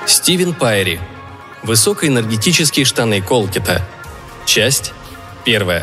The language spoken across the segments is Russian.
Стивен Пайри. Высокоэнергетические штаны Колкита. Часть 1.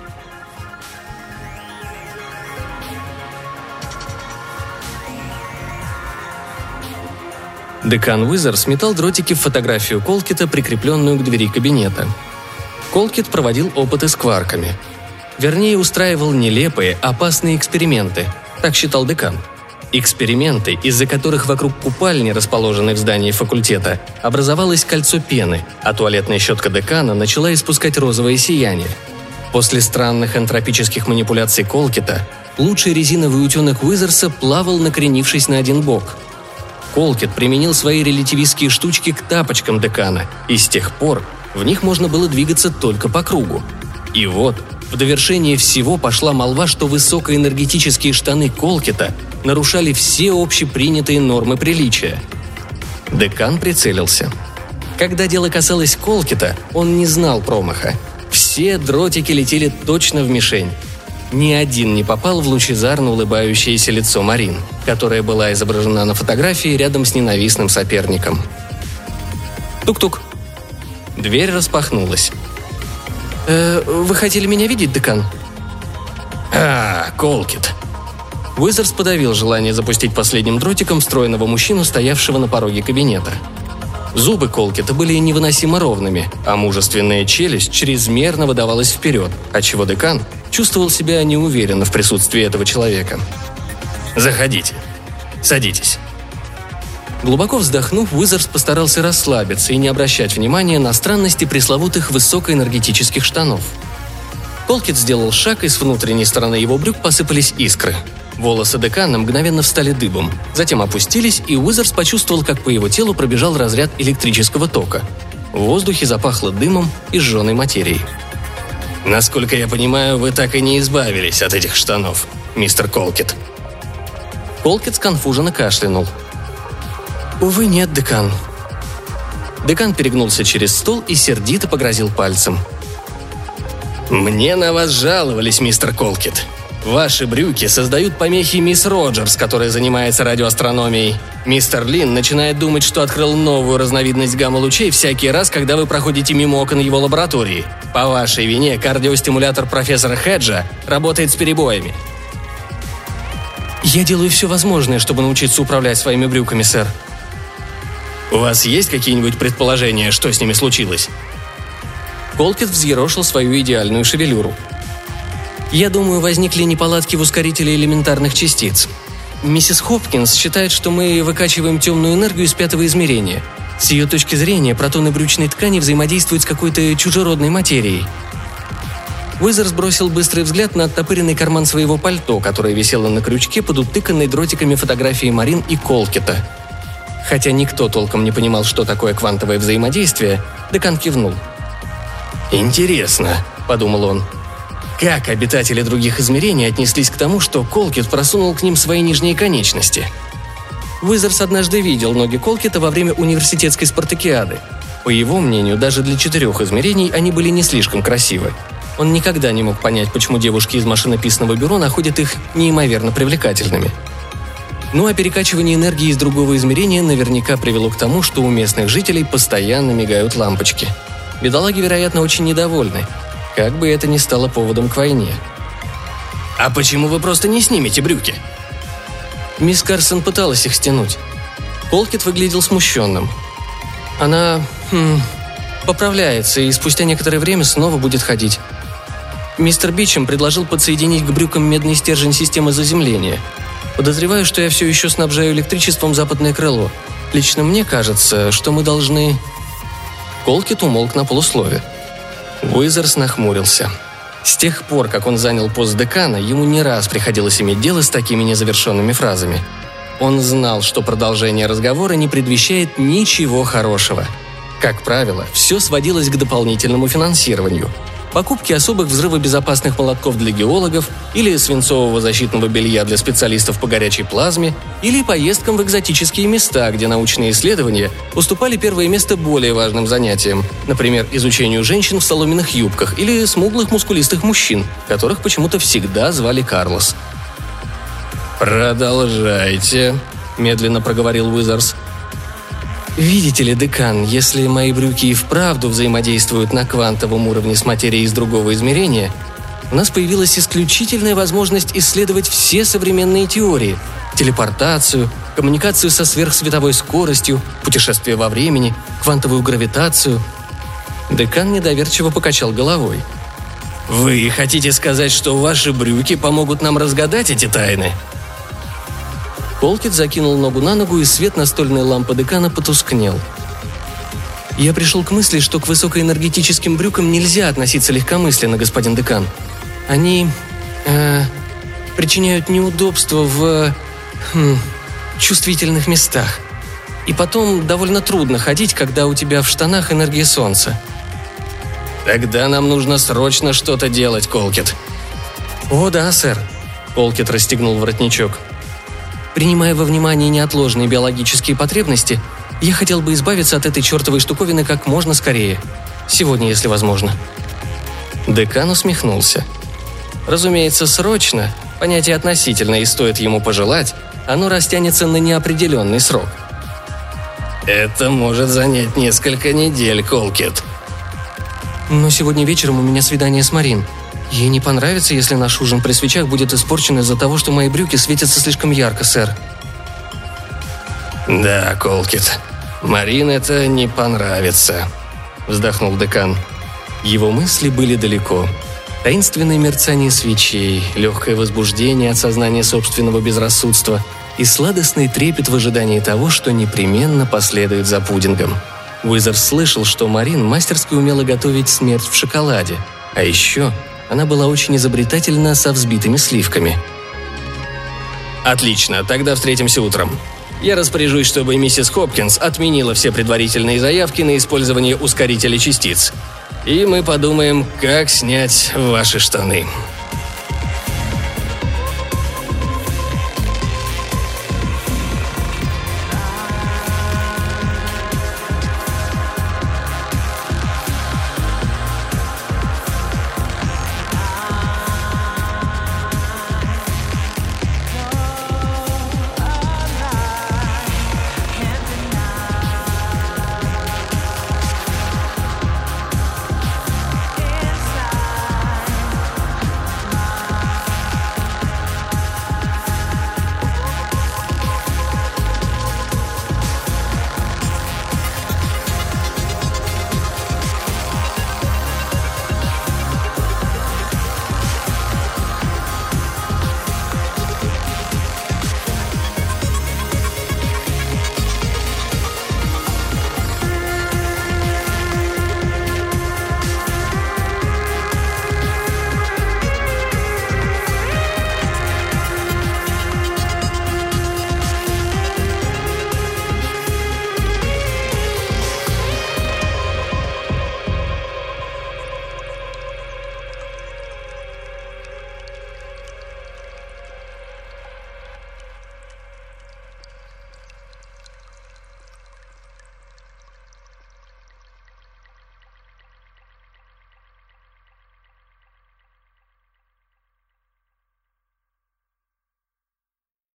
Декан Уизер сметал дротики в фотографию Колкита, прикрепленную к двери кабинета. Колкит проводил опыты с кварками. Вернее, устраивал нелепые, опасные эксперименты, так считал декан. Эксперименты, из-за которых вокруг купальни, расположенной в здании факультета, образовалось кольцо пены, а туалетная щетка декана начала испускать розовое сияние. После странных энтропических манипуляций Колкита, лучший резиновый утенок Уизерса плавал, накренившись на один бок. Колкит применил свои релятивистские штучки к тапочкам декана, и с тех пор в них можно было двигаться только по кругу. И вот, в довершение всего пошла молва, что высокоэнергетические штаны Колкита нарушали все общепринятые нормы приличия. Декан прицелился. Когда дело касалось Колкита, он не знал промаха. Все дротики летели точно в мишень. Ни один не попал в лучезарно улыбающееся лицо Марин, которая была изображена на фотографии рядом с ненавистным соперником. Тук-тук. Дверь распахнулась. «Вы хотели меня видеть, декан?» Колкит». Уизерс подавил желание запустить последним дротиком стройного мужчину, стоявшего на пороге кабинета. Зубы Колкита были невыносимо ровными, а мужественная челюсть чрезмерно выдавалась вперед, отчего декан чувствовал себя неуверенно в присутствии этого человека. «Заходите. Садитесь». Глубоко вздохнув, Уизерс постарался расслабиться и не обращать внимания на странности пресловутых высокоэнергетических штанов. Колкит сделал шаг, и с внутренней стороны его брюк посыпались искры. Волосы декана мгновенно встали дыбом, затем опустились, и Уизерс почувствовал, как по его телу пробежал разряд электрического тока. В воздухе запахло дымом и сжженной материей. «Насколько я понимаю, вы так и не избавились от этих штанов, мистер Колкит». Колкит сконфуженно кашлянул. «Увы, нет, декан». Декан перегнулся через стол и сердито погрозил пальцем. «Мне на вас жаловались, мистер Колкит. Ваши брюки создают помехи мисс Роджерс, которая занимается радиоастрономией. Мистер Лин начинает думать, что открыл новую разновидность гамма-лучей всякий раз, когда вы проходите мимо окон его лаборатории. По вашей вине кардиостимулятор профессора Хеджа работает с перебоями». «Я делаю все возможное, чтобы научиться управлять своими брюками, сэр». «У вас есть какие-нибудь предположения, что с ними случилось?» Колкит взъерошил свою идеальную шевелюру. «Я думаю, возникли неполадки в ускорителе элементарных частиц. Миссис Хопкинс считает, что мы выкачиваем темную энергию из 5-го измерения. С ее точки зрения, протоны брючной ткани взаимодействуют с какой-то чужеродной материей». Уизерс бросил быстрый взгляд на оттопыренный карман своего пальто, которое висело на крючке под утыканной дротиками фотографии Марин и Колкита. Хотя никто толком не понимал, что такое квантовое взаимодействие, декан кивнул. «Интересно», — подумал он, — «как обитатели других измерений отнеслись к тому, что Колкит просунул к ним свои нижние конечности?» Уизерс однажды видел ноги Колкита во время университетской спартакиады. По его мнению, даже для 4 измерений они были не слишком красивы. Он никогда не мог понять, почему девушки из машинописного бюро находят их неимоверно привлекательными. Ну а перекачивание энергии из другого измерения наверняка привело к тому, что у местных жителей постоянно мигают лампочки. Бедолаги, вероятно, очень недовольны, как бы это ни стало поводом к войне. «А почему вы просто не снимете брюки?» Мисс Карсон пыталась их стянуть. Колкит выглядел смущенным. Она поправляется и спустя некоторое время снова будет ходить. Мистер Бичем предложил подсоединить к брюкам медный стержень системы заземления. Подозреваю, что я все еще снабжаю электричеством западное крыло. Лично мне кажется, что мы должны...» Колкит умолк на полуслове. Уизерс нахмурился. С тех пор, как он занял пост декана, ему не раз приходилось иметь дело с такими незавершенными фразами. Он знал, что продолжение разговора не предвещает ничего хорошего. Как правило, все сводилось к дополнительному финансированию. Покупке особых взрывобезопасных молотков для геологов, или свинцового защитного белья для специалистов по горячей плазме, или поездкам в экзотические места, где научные исследования уступали первое место более важным занятиям, например, изучению женщин в соломенных юбках или смуглых мускулистых мужчин, которых почему-то всегда звали Карлос. «Продолжайте», – медленно проговорил Уизерс. Видите ли, декан, если мои брюки и вправду взаимодействуют на квантовом уровне с материей из другого измерения, у нас появилась исключительная возможность исследовать все современные теории – телепортацию, коммуникацию со сверхсветовой скоростью, путешествие во времени, квантовую гравитацию. Декан недоверчиво покачал головой. «Вы хотите сказать, что ваши брюки помогут нам разгадать эти тайны?» Колкит закинул ногу на ногу, и свет настольной лампы декана потускнел. «Я пришел к мысли, что к высокоэнергетическим брюкам нельзя относиться легкомысленно, господин декан. Они причиняют неудобства в чувствительных местах. И потом довольно трудно ходить, когда у тебя в штанах энергия солнца». «Тогда нам нужно срочно что-то делать, Колкит». «О да, сэр», — Колкит расстегнул воротничок. «Принимая во внимание неотложные биологические потребности, я хотел бы избавиться от этой чертовой штуковины как можно скорее. Сегодня, если возможно». Декан усмехнулся. Разумеется, срочно, понятие относительно, и стоит ему пожелать, оно растянется на неопределенный срок. «Это может занять несколько недель, Колкит». «Но сегодня вечером у меня свидание с Марин. Ей не понравится, если наш ужин при свечах будет испорчен из-за того, что мои брюки светятся слишком ярко, сэр». «Да, Колкит, Марин это не понравится», — вздохнул декан. Его мысли были далеко. Таинственное мерцание свечей, легкое возбуждение от сознания собственного безрассудства и сладостный трепет в ожидании того, что непременно последует за пудингом. Уизерс слышал, что Марин мастерски умела готовить смерть в шоколаде, а еще она была очень изобретательна со взбитыми сливками. «Отлично, тогда встретимся утром. Я распоряжусь, чтобы миссис Хопкинс отменила все предварительные заявки на использование ускорителя частиц. И мы подумаем, как снять ваши штаны».